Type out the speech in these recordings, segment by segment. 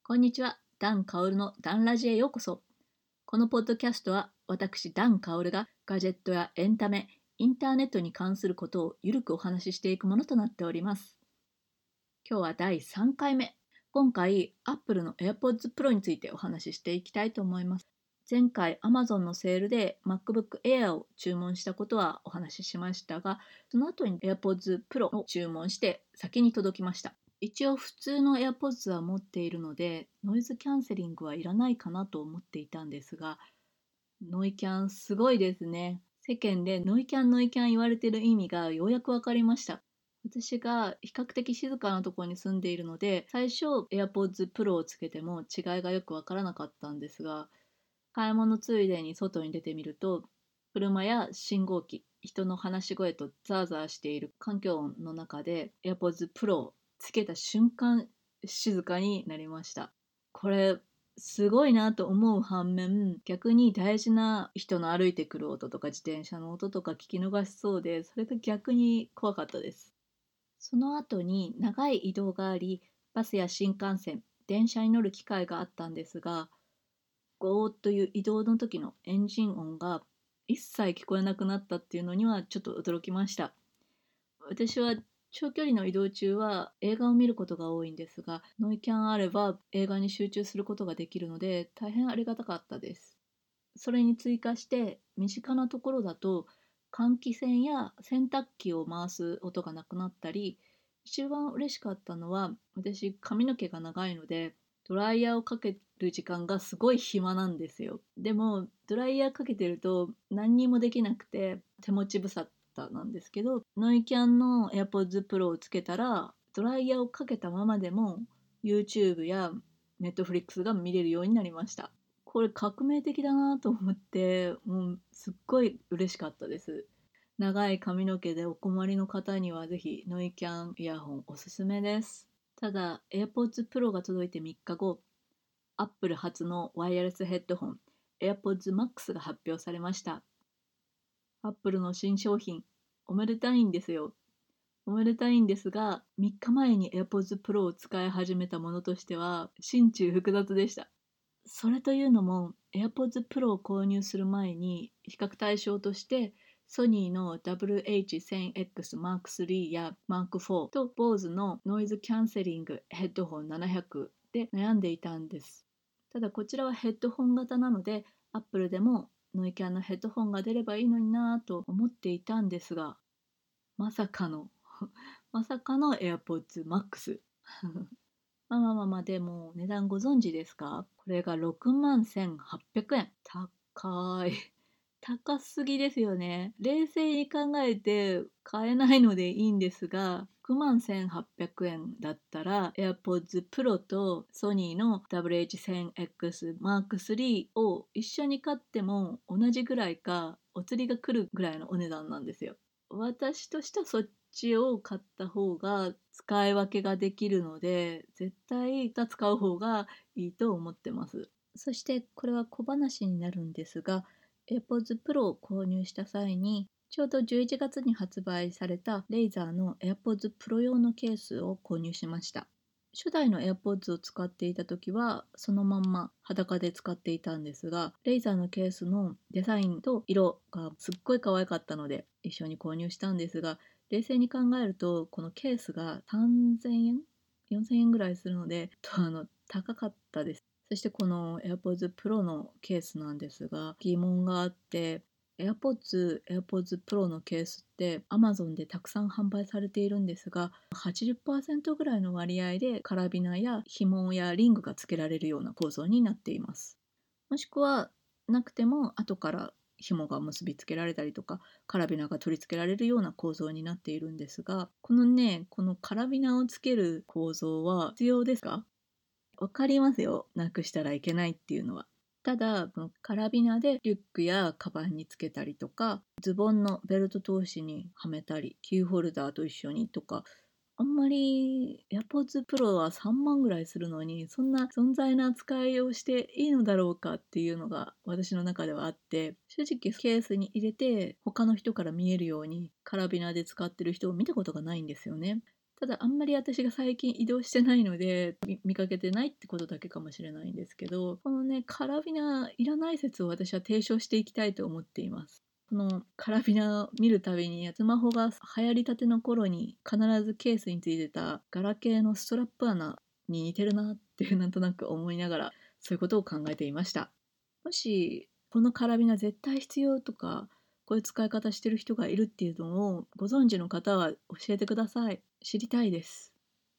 こんにちは。ダン・カオルのダンラジへようこそ。このポッドキャストは私ダン・カオルがガジェットやエンタメ、インターネットに関することをゆるくお話ししていくものとなっております。今日は第3回目。今回 Apple の AirPods Pro についてお話ししていきたいと思います。前回 Amazon のセールで MacBook Air を注文したことはお話ししましたが、その後に AirPods Pro を注文して先に届きました。一応普通の AirPods は持っているのでノイズキャンセリングはいらないかなと思っていたんですが、ノイキャンすごいですね。世間でノイキャン言われている意味がようやく分かりました。私が比較的静かなところに住んでいるので、最初 AirPods Pro をつけても違いがよく分からなかったんですが、買い物ついでに外に出てみると、車や信号機、人の話し声とザーザーしている環境音の中で AirPods Pro をつけた瞬間静かになりました。これすごいなと思う反面、逆に大事な人の歩いてくる音とか自転車の音とか聞き逃しそうで、それが逆に怖かったです。その後に長い移動があり、バスや新幹線、電車に乗る機会があったんですが、ゴーという移動の時のエンジン音が一切聞こえなくなったっていうのにはちょっと驚きました。私は長距離の移動中は映画を見ることが多いんですが、ノイキャンあれば映画に集中することができるので大変ありがたかったです。それに追加して身近なところだと換気扇や洗濯機を回す音がなくなったり、一番嬉しかったのは、私髪の毛が長いのでドライヤーをかける時間がすごい暇なんですよ。でもドライヤーかけてると何にもできなくて手持ち無沙汰なんですけど、ノイキャンの AirPods Pro をつけたらドライヤーをかけたままでも YouTube や Netflix が見れるようになりました。これ革命的だなと思って、もうすっごい嬉しかったです。長い髪の毛でお困りの方にはぜひノイキャンイヤホンおすすめです。ただ AirPods Pro が届いて3日後、Apple 初のワイヤレスヘッドホン AirPods Max が発表されました。Apple の新商品、おめでたいんですよ。おめでたいんですが、3日前に AirPods Pro を使い始めたものとしては心中複雑でした。それというのも AirPods Pro を購入する前に比較対象としてソニーの WH-1000X Mark III や Mark IV と Bose のノイズキャンセリングヘッドホン700で悩んでいたんです。ただこちらはヘッドホン型なので Apple でもノイキャンのヘッドホンが出ればいいのになぁと思っていたんですが、まさかのまさかの AirPods Max まあでも値段ご存知ですか？これが6万1800円。高い。高すぎですよね。冷静に考えて買えないのでいいんですが、6万1800円だったら AirPods Pro とソニーの WH-1000X Mark III を一緒に買っても同じぐらいかお釣りが来るぐらいのお値段なんですよ。私としてはそっちを買った方が使い分けができるので、絶対使う方がいいと思ってます。そしてこれは小話になるんですが、AirPods Pro を購入した際にちょうど11月に発売されたレイザーの AirPods Pro 用のケースを購入しました。初代の AirPods を使っていた時はそのまんま裸で使っていたんですが、レイザーのケースのデザインと色がすっごい可愛かったので一緒に購入したんですが、冷静に考えるとこのケースが3000円4000円ぐらいするので高かったです。そしてこの AirPods Pro のケースなんですが、疑問があって、AirPods Pro のケースって Amazon でたくさん販売されているんですが、80% ぐらいの割合でカラビナや紐やリングが付けられるような構造になっています。もしくはなくても後から紐が結びつけられたりとかカラビナが取り付けられるような構造になっているんですが、このカラビナをつける構造は必要ですか？わかりますよ、なくしたらいけないっていうのは。ただこのカラビナでリュックやカバンにつけたりとか、ズボンのベルト通しにはめたり、キーホルダーと一緒にとか、あんまり AirPods Pro は3万ぐらいするのにそんな存在な扱いをしていいのだろうかっていうのが私の中ではあって、正直ケースに入れて他の人から見えるようにカラビナで使ってる人を見たことがないんですよね。 ただあんまり私が最近移動してないので見かけてないってことだけかもしれないんですけど、このねカラビナいらない説を私は提唱していきたいと思っています。このカラビナを見るたびにスマホが流行りたての頃に必ずケースについてたガラケーのストラップ穴に似てるなってなんとなく思いながらそういうことを考えていました。もしこのカラビナ絶対必要とかこういう使い方してる人がいるっていうのをご存知の方は教えてください。知りたいです。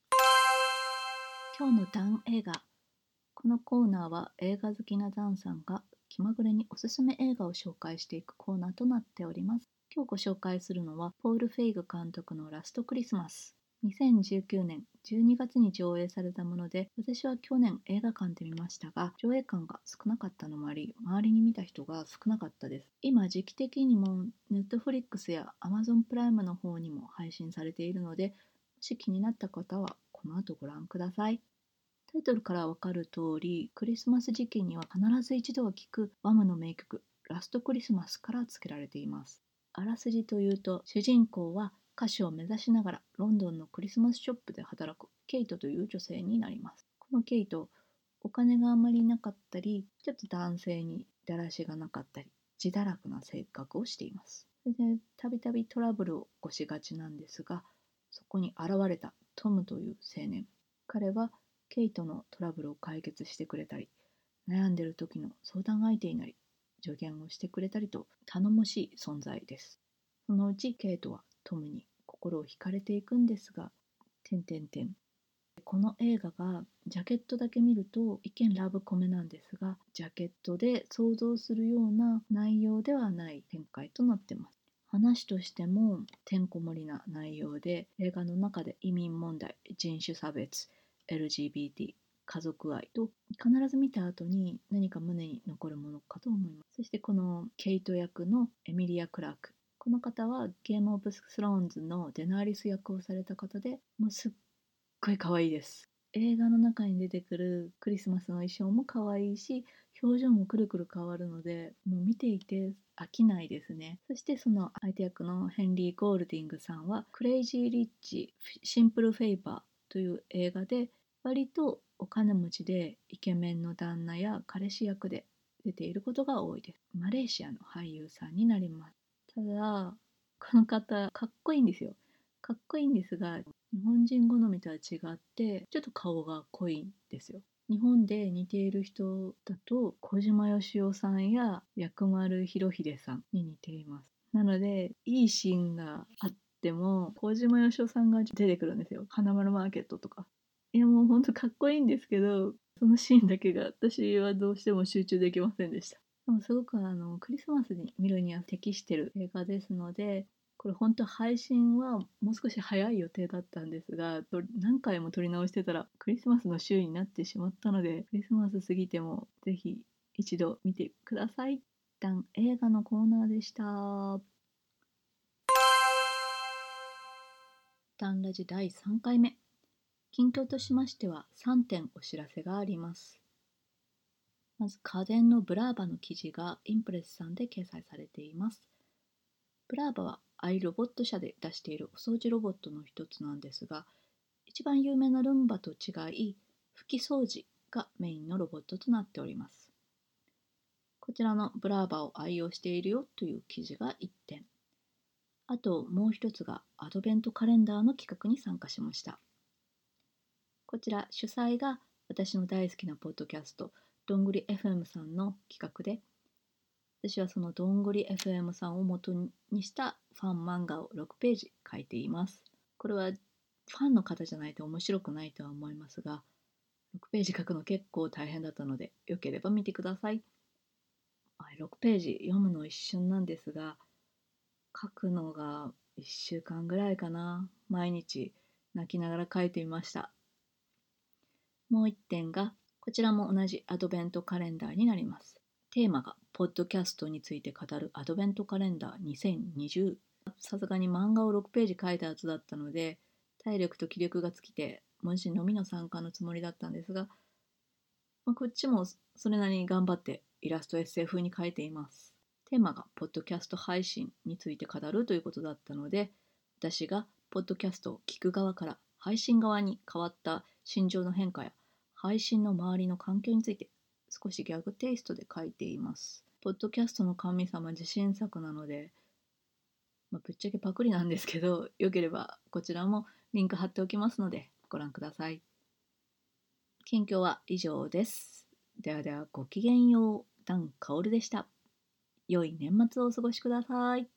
今日のダン映画。このコーナーは映画好きなダンさんが気まぐれにおすすめ映画を紹介していくコーナーとなっております。今日ご紹介するのはポール・フェイグ監督のラストクリスマス。2019年12月に上映されたもので、私は去年映画館で見ましたが、上映館が少なかったのもあり、周りに見た人が少なかったです。今時期的にも Netflix や Amazon プライムの方にも配信されているので、もし気になった方はこの後ご覧ください。タイトルからわかる通り、クリスマス時期には必ず一度は聴くワムの名曲ラストクリスマスから付けられています。あらすじというと、主人公は歌手を目指しながらロンドンのクリスマスショップで働くケイトという女性になります。このケイト、お金があまりなかったり、ちょっと男性にだらしがなかったり、自堕落な性格をしています。それでたびたびトラブルを起こしがちなんですが、そこに現れたトムという青年。彼はケイトのトラブルを解決してくれたり、悩んでる時の相談相手になり、助言をしてくれたりと頼もしい存在です。そのうちケイトはトムに心を惹かれていくんですが、この映画がジャケットだけ見ると一見ラブコメなんですが、ジャケットで想像するような内容ではない展開となってます。話としてもてんこ盛りな内容で、映画の中で移民問題、人種差別、LGBT、家族愛と必ず見た後に何か胸に残るものかと思います。そしてこのケイト役のエミリア・クラーク、この方はゲームオブスローンズのデナーリス役をされた方で、もうすっごい可愛いです。映画の中に出てくるクリスマスの衣装も可愛いし、表情もくるくる変わるので、もう見ていて飽きないですね。そしてその相手役のヘンリー・ゴールディングさんはクレイジー・リッチ・シンプル・フェイバーという映画で割とお金持ちでイケメンの旦那や彼氏役で出ていることが多いです。マレーシアの俳優さんになります。ただこの方かっこいいんですよ。かっこいいんですが、日本人好みとは違ってちょっと顔が濃いんですよ。日本で似ている人だと小島よしおさんや薬丸裕英さんに似ています。なのでいいシーンがあっても小島よしおさんが出てくるんですよ。花丸マーケットとか。いやもうほんとかっこいいんですけど、そのシーンだけが私はどうしても集中できませんでした。でもすごくクリスマスに見るには適してる映画ですので、これ本当配信はもう少し早い予定だったんですが、何回も撮り直してたらクリスマスの週になってしまったので、クリスマス過ぎてもぜひ一度見てください。一旦映画のコーナーでした。ダンラジ第3回目。近況としましては3点お知らせがあります。まず家電のブラーバの記事がインプレスさんで掲載されています。ブラーバはアイロボット社で出しているお掃除ロボットの一つなんですが、一番有名なルンバと違い、拭き掃除がメインのロボットとなっております。こちらのブラーバを愛用しているよという記事が1点。あともう一つがアドベントカレンダーの企画に参加しました。こちら主催が私の大好きなポッドキャストどんぐり FM さんの企画で、私はそのどんぐり FM さんを元にしたファン漫画を6ページ書いています。これはファンの方じゃないと面白くないとは思いますが、6ページ書くの結構大変だったので、よければ見てください。6ページ読むの一瞬なんですが、書くのが1週間ぐらいかな。毎日泣きながら書いてみました。もう1点が、こちらも同じアドベントカレンダーになります。テーマがポッドキャストについて語るアドベントカレンダー2020。さすがに漫画を6ページ書いた後だったので、体力と気力が尽きて文字のみの参加のつもりだったんですが、こっちもそれなりに頑張ってイラストエッセイ風に書いています。テーマがポッドキャスト配信について語るということだったので、私がポッドキャストを聞く側から配信側に変わった心情の変化や配信の周りの環境について少しギャグテイストで書いています。ポッドキャストの神様自信作なので、ぶっちゃけパクリなんですけど、よければこちらもリンク貼っておきますのでご覧ください。近況は以上です。ではではごきげんよう。ダン・カオルでした。良い年末をお過ごしください。